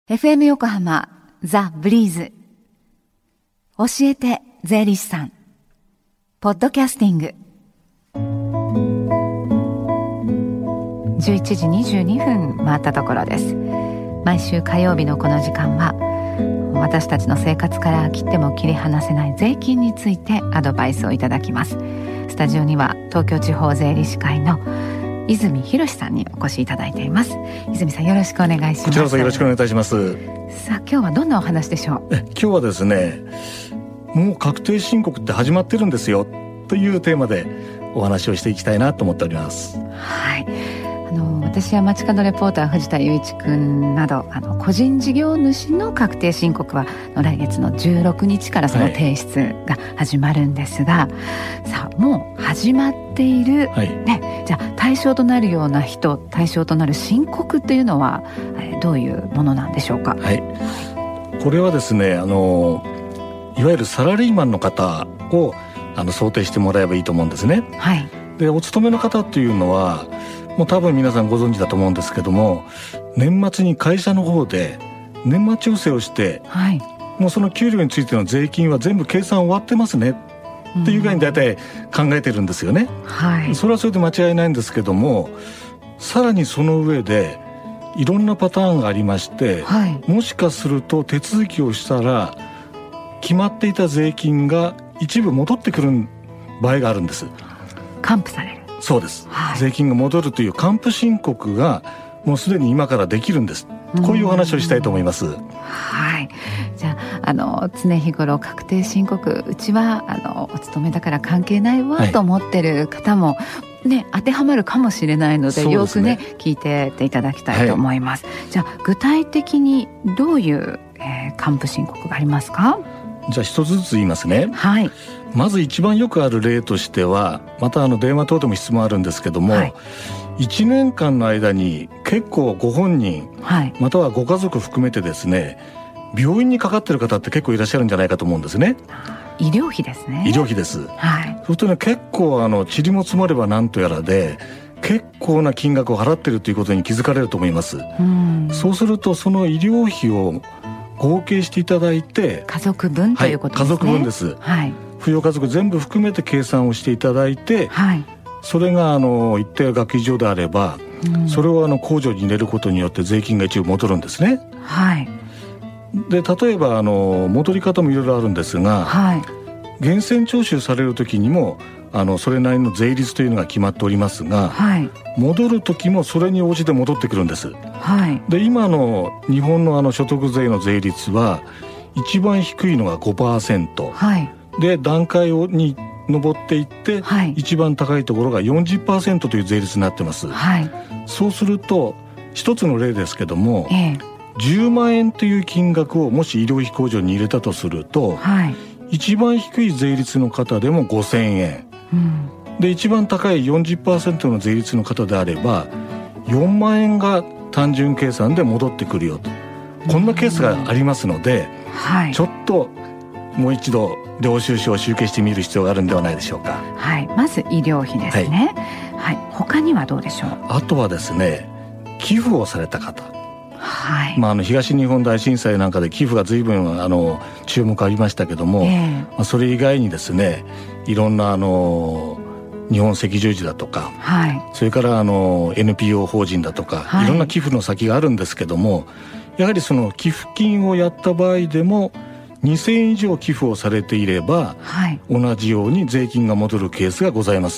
FM 横浜ザ・ブリーズ教えて税理士さんポッドキャスティング11時22分回ったところです。毎週火曜日のこの時間は私たちの生活から切っても切り離せない税金についてアドバイスをいただきます。スタジオには東京地方税理士会の泉博さんにお越しいただいています。泉さん、よろしくお願いします。 こちらこそよろしくお願いいたします。 さあ、今日はどんなお話でしょう。 今日はですね、もう確定申告って始まってるんですよというテーマでお話をしていきたいなと思っております。 はい、私は街角レポーター藤田雄一君など個人事業主の確定申告は来月の16日からその提出が始まるんですが、さあもう始まっている、じゃあ対象となるような人、対象となる申告というのはどういうものなんでしょうか。 これはですね、いわゆるサラリーマンの方を想定してもらえばいいと思うんですね。で、お勤めの方っていうのはもう多分皆さんご存知だと思うんですけども、年末に会社の方で年末調整をして、もうその給料についての税金は全部計算終わってますねっていうぐらいに大体考えてるんですよね。それはそれで間違いないんですけども、さらにその上でいろんなパターンがありまして、もしかすると手続きをしたら決まっていた税金が一部戻ってくる場合があるんです。 還付される。そうです、 税金が戻るという還付申告がもうすでに今からできるんです。こういうお話をしたいと思います。 じゃあ常日頃確定申告、うちはお勤めだから関係ないわと思ってる方も、当てはまるかもしれないので、よく聞いていただきたいと思います。じゃあ具体的にどういう、還付申告がありますか。 じゃあ一つずつ言いますね。まず一番よくある例としては、また電話等でも質問あるんですけども、1年間の間に結構ご本人、またはご家族含めてですね、病院にかかってる方って結構いらっしゃるんじゃないかと思うんですね。 医療費ですね。 医療費です。そうするとね、結構塵も積もればなんとやらで結構な金額を払ってるということに気づかれると思います。そうするとその医療費を合計していただいて、 家族分ということですね。 家族分です。扶養家族全部含めて計算をしていただいて、それが一定額以上であれば、それを控除に入れることによって税金が一部戻るんですね。で、例えば戻り方もいろいろあるんですが、源泉徴収される時にもそれなりの税率というのが決まっておりますが、戻る時もそれに応じて戻ってくるんです。で、今の日本の所得税の税率は一番低いのが 5%、で段階に上っていって、一番高いところが 40% という税率になってます。そうすると一つの例ですけども、10万円という金額をもし医療費控除に入れたとすると、一番低い税率の方でも5000円、で一番高い 40% の税率の方であれば4万円が単純計算で戻ってくるよと、こんなケースがありますので、ちょっともう一度領収書を集計してみる必要があるんではないでしょうか。 まず医療費ですね。他にはどうでしょう。あとはですね、寄付をされた方、東日本大震災なんかで寄付が随分注目ありましたけども、それ以外にですね、いろんな日本赤十字だとか、それからNPO 法人だとか、いろんな寄付の先があるんですけども、やはりその寄付金をやった場合でも2000円以上寄付をされていれば、同じように税金が戻るケースがございます。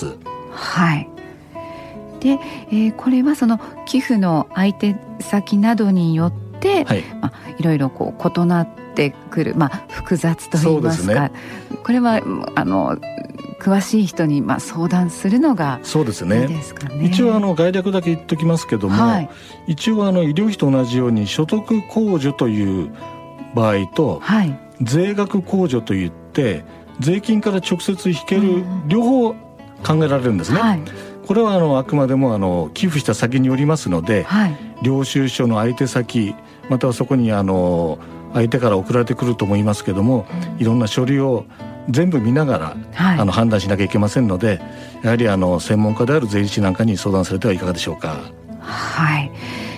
で、これはその寄付の相手先などによって、いろいろ異なってくる、複雑といいますか、これは詳しい人に相談するのがいいですかね。 一応概略だけ言っておきますけども、一応医療費と同じように所得控除という場合と、税額控除といって税金から直接引ける、両方考えられるんですね。これはあくまでも寄付した先によりますので、領収書の相手先、またはそこに相手から送られてくると思いますけども、いろんな書類を全部見ながら、判断しなきゃいけませんので、やはり専門家である税理士なんかに相談されてはいかがでしょうか。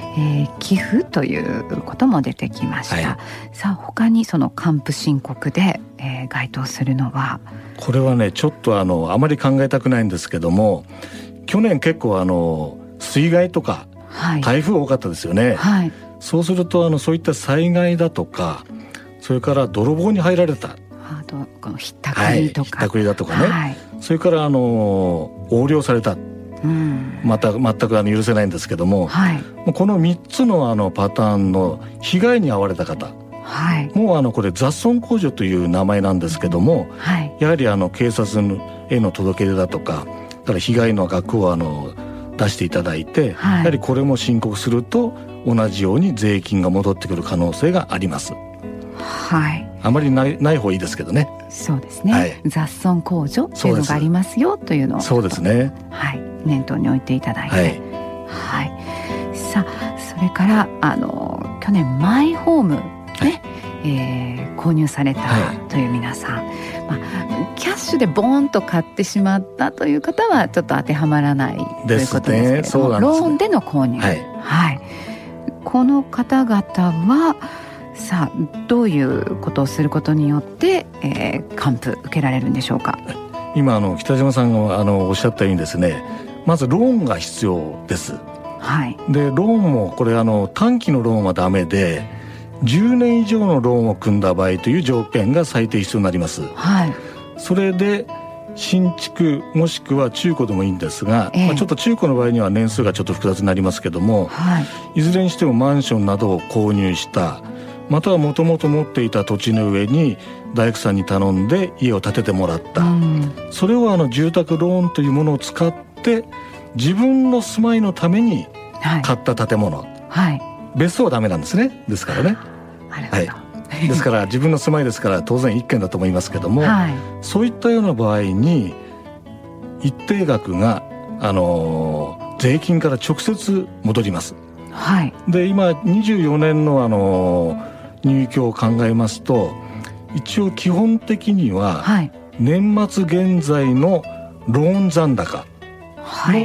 寄付ということも出てきました、さあ他にその還付申告で、該当するのは、 これはねちょっとあまり考えたくないんですけども、去年結構水害とか、台風多かったですよね、そうするとそういった災害だとか、それから泥棒に入られた、 あとこのひったくりとか、 ひったくりだとかね、それから横領された、全く許せないんですけども、この3つのパターンの被害に遭われた方、もうこれ雑損控除という名前なんですけども、やはり警察への届け出だとか、だから被害の額を出していただいて、やはりこれも申告すると同じように税金が戻ってくる可能性があります。あまりない方がいいですけどね。そうですね、雑損控除というのがありますよというのを、そうですね、念頭に置いていただいて、さあそれから去年マイホームね、購入されたという皆さん、キャッシュでボーンと買ってしまったという方はちょっと当てはまらないということですけれども、ローンでの購入、この方々はさあどういうことをすることによって、還付受けられるんでしょうか。今北島さんがおっしゃったようにですね、まずローンが必要です、でローンもこれ短期のローンはダメで10年以上のローンを組んだ場合という条件が最低必要になります、それで新築もしくは中古でもいいんですが、ちょっと中古の場合には年数がちょっと複雑になりますけども、いずれにしてもマンションなどを購入した、またはもともと持っていた土地の上に大工さんに頼んで家を建ててもらった、それを住宅ローンというものを使って自分の住まいのために買った建物、別荘はダメなんですね。ですからね、ですから自分の住まいですから当然一軒だと思いますけども、そういったような場合に一定額が税金から直接戻ります、で今24年の入居を考えますと、一応基本的には年末現在のローン残高の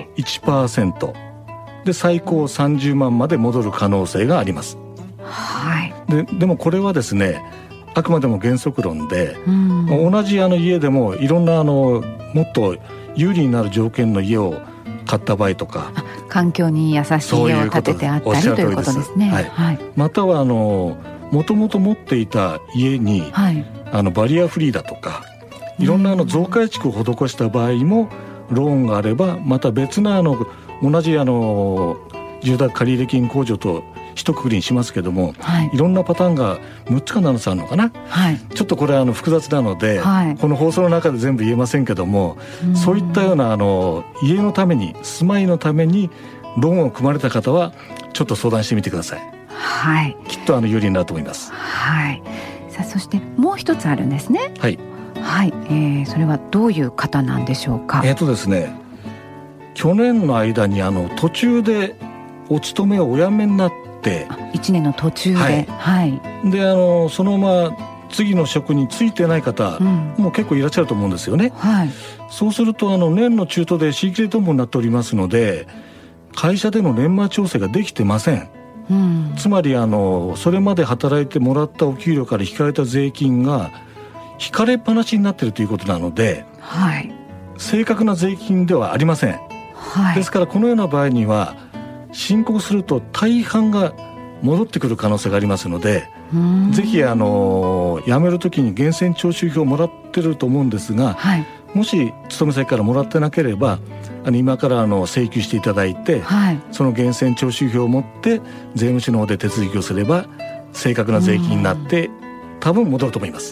1% で最高30万まで戻る可能性があります、でもこれはですねあくまでも原則論で、同じ家でもいろんなもっと有利になる条件の家を買った場合とか、 環境に優しい家を建ててあったりということですね。 またはもともと持っていた家に、バリアフリーだとかいろんな増改築を施した場合もローンがあれば、また別な同じ住宅借入金控除と一括りにしますけども、いろんなパターンが6つか7つあるのかな、ちょっとこれは複雑なので、この放送の中で全部言えませんけども、そういったような家のために住まいのためにローンを組まれた方はちょっと相談してみてください。きっと有利になると思います。 さあそしてもう一つあるんですね。それはどういう方なんでしょうか。 ですね、去年の間に途中でお勤めをお辞めになって 1年の途中で、 でそのまま次の職に就いてない方、もう結構いらっしゃると思うんですよね。そうすると年の中途でシークレットボンになっておりますので、会社での年末調整ができてません。つまりそれまで働いてもらったお給料から引かれた税金が引かれっぱなしになっているということなので、正確な税金ではありません。ですからこのような場合には申告すると大半が戻ってくる可能性がありますので、ぜひ辞めるときに源泉徴収票をもらってると思うんですが、もし勤め先からもらってなければ今から請求していただいて、その源泉徴収票を持って税務署の方で手続きをすれば正確な税金になって多分戻ると思います。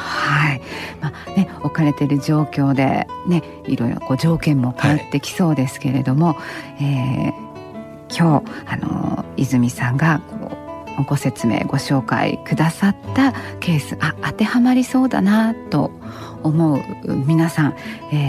置かれている状況で、いろいろ条件も変わってきそうですけれども、今日泉さんがご説明ご紹介くださったケース、当てはまりそうだなと思う皆さん、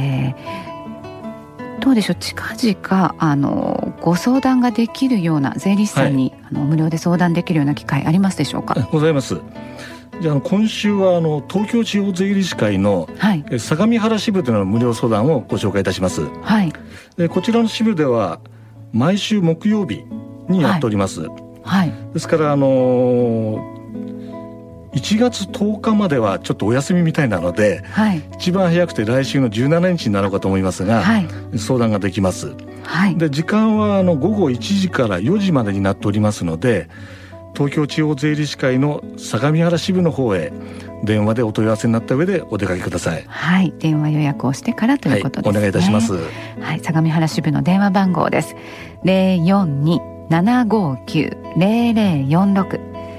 どうでしょう、近々ご相談ができるような、税理士さんに、無料で相談できるような機会ありますでしょうか。 ございます。じゃあ今週は東京地方税理士会の相模原支部での無料相談をご紹介いたします。でこちらの支部では毎週木曜日にやっております、 はい、 ですから1月10日まではちょっとお休みみたいなので、はい、一番早くて来週の17日になろうかと思いますが、はい、相談ができます、はい、で時間は午後1時から4時までになっておりますので、東京地方税理士会の相模原支部の方へ電話でお問い合わせになった上でお出かけください。 はい、電話予約をしてからということですね。 はい、お願いいたします。 はい、相模原支部の電話番号です。042-759-0046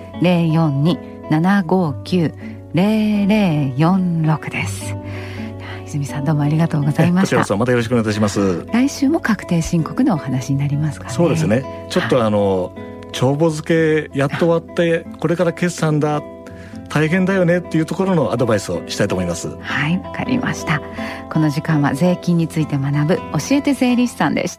042-759-0046です。泉さん、どうもありがとうございました。 こちらこそまたよろしくお願いいたします。 来週も確定申告のお話になりますかね。 そうですね。ちょっと帳簿付けやっと終わってこれから決算だ、大変だよねっていうところのアドバイスをしたいと思います。 はい、わかりました。この時間は税金について学ぶ教えて税理士さんでした。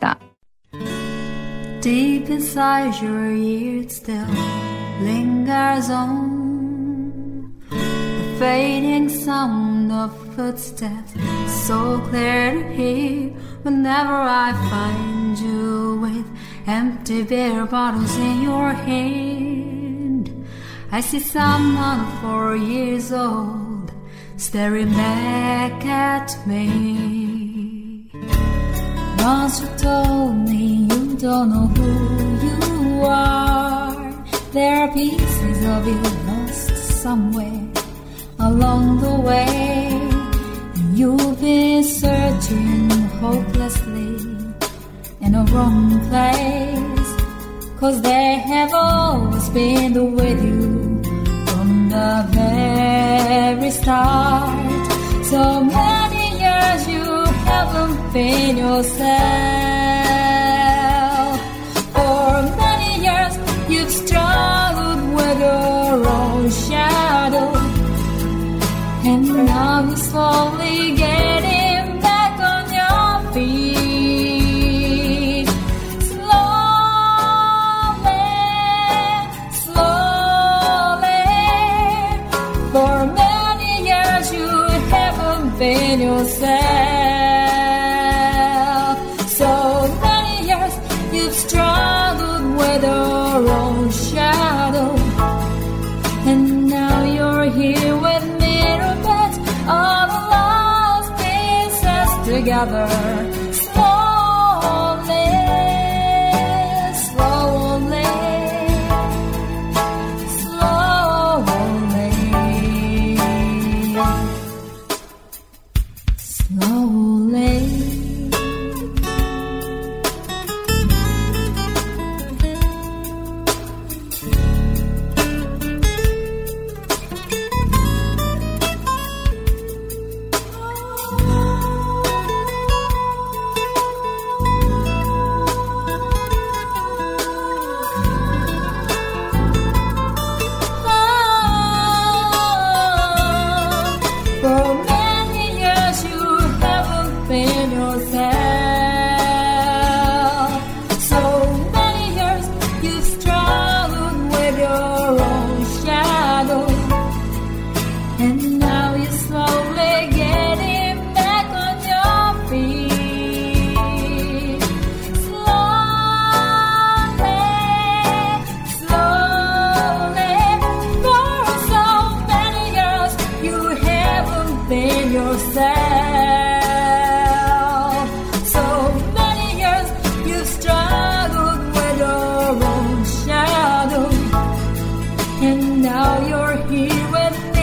Deep inside your ears still lingers on the fading sound of footsteps, so clear to hear whenever I find you with empty beer bottles in your hand. I see someone 4 years old staring back at me. Once you told me you don't know who you are. There are pieces of you lost somewhere along the way, and you've been searching hopelessly in a wrong place, 'cause they have always been with you from the very start. So many years you haven't been yourself. For many years you've struggled with your own shadow, and now you're slowly getting back on your feet. For many years you haven't been yourself. So many years you've struggled with your own shadow, and now you're here with mirror beds, all the lost pieces together. And now you're here with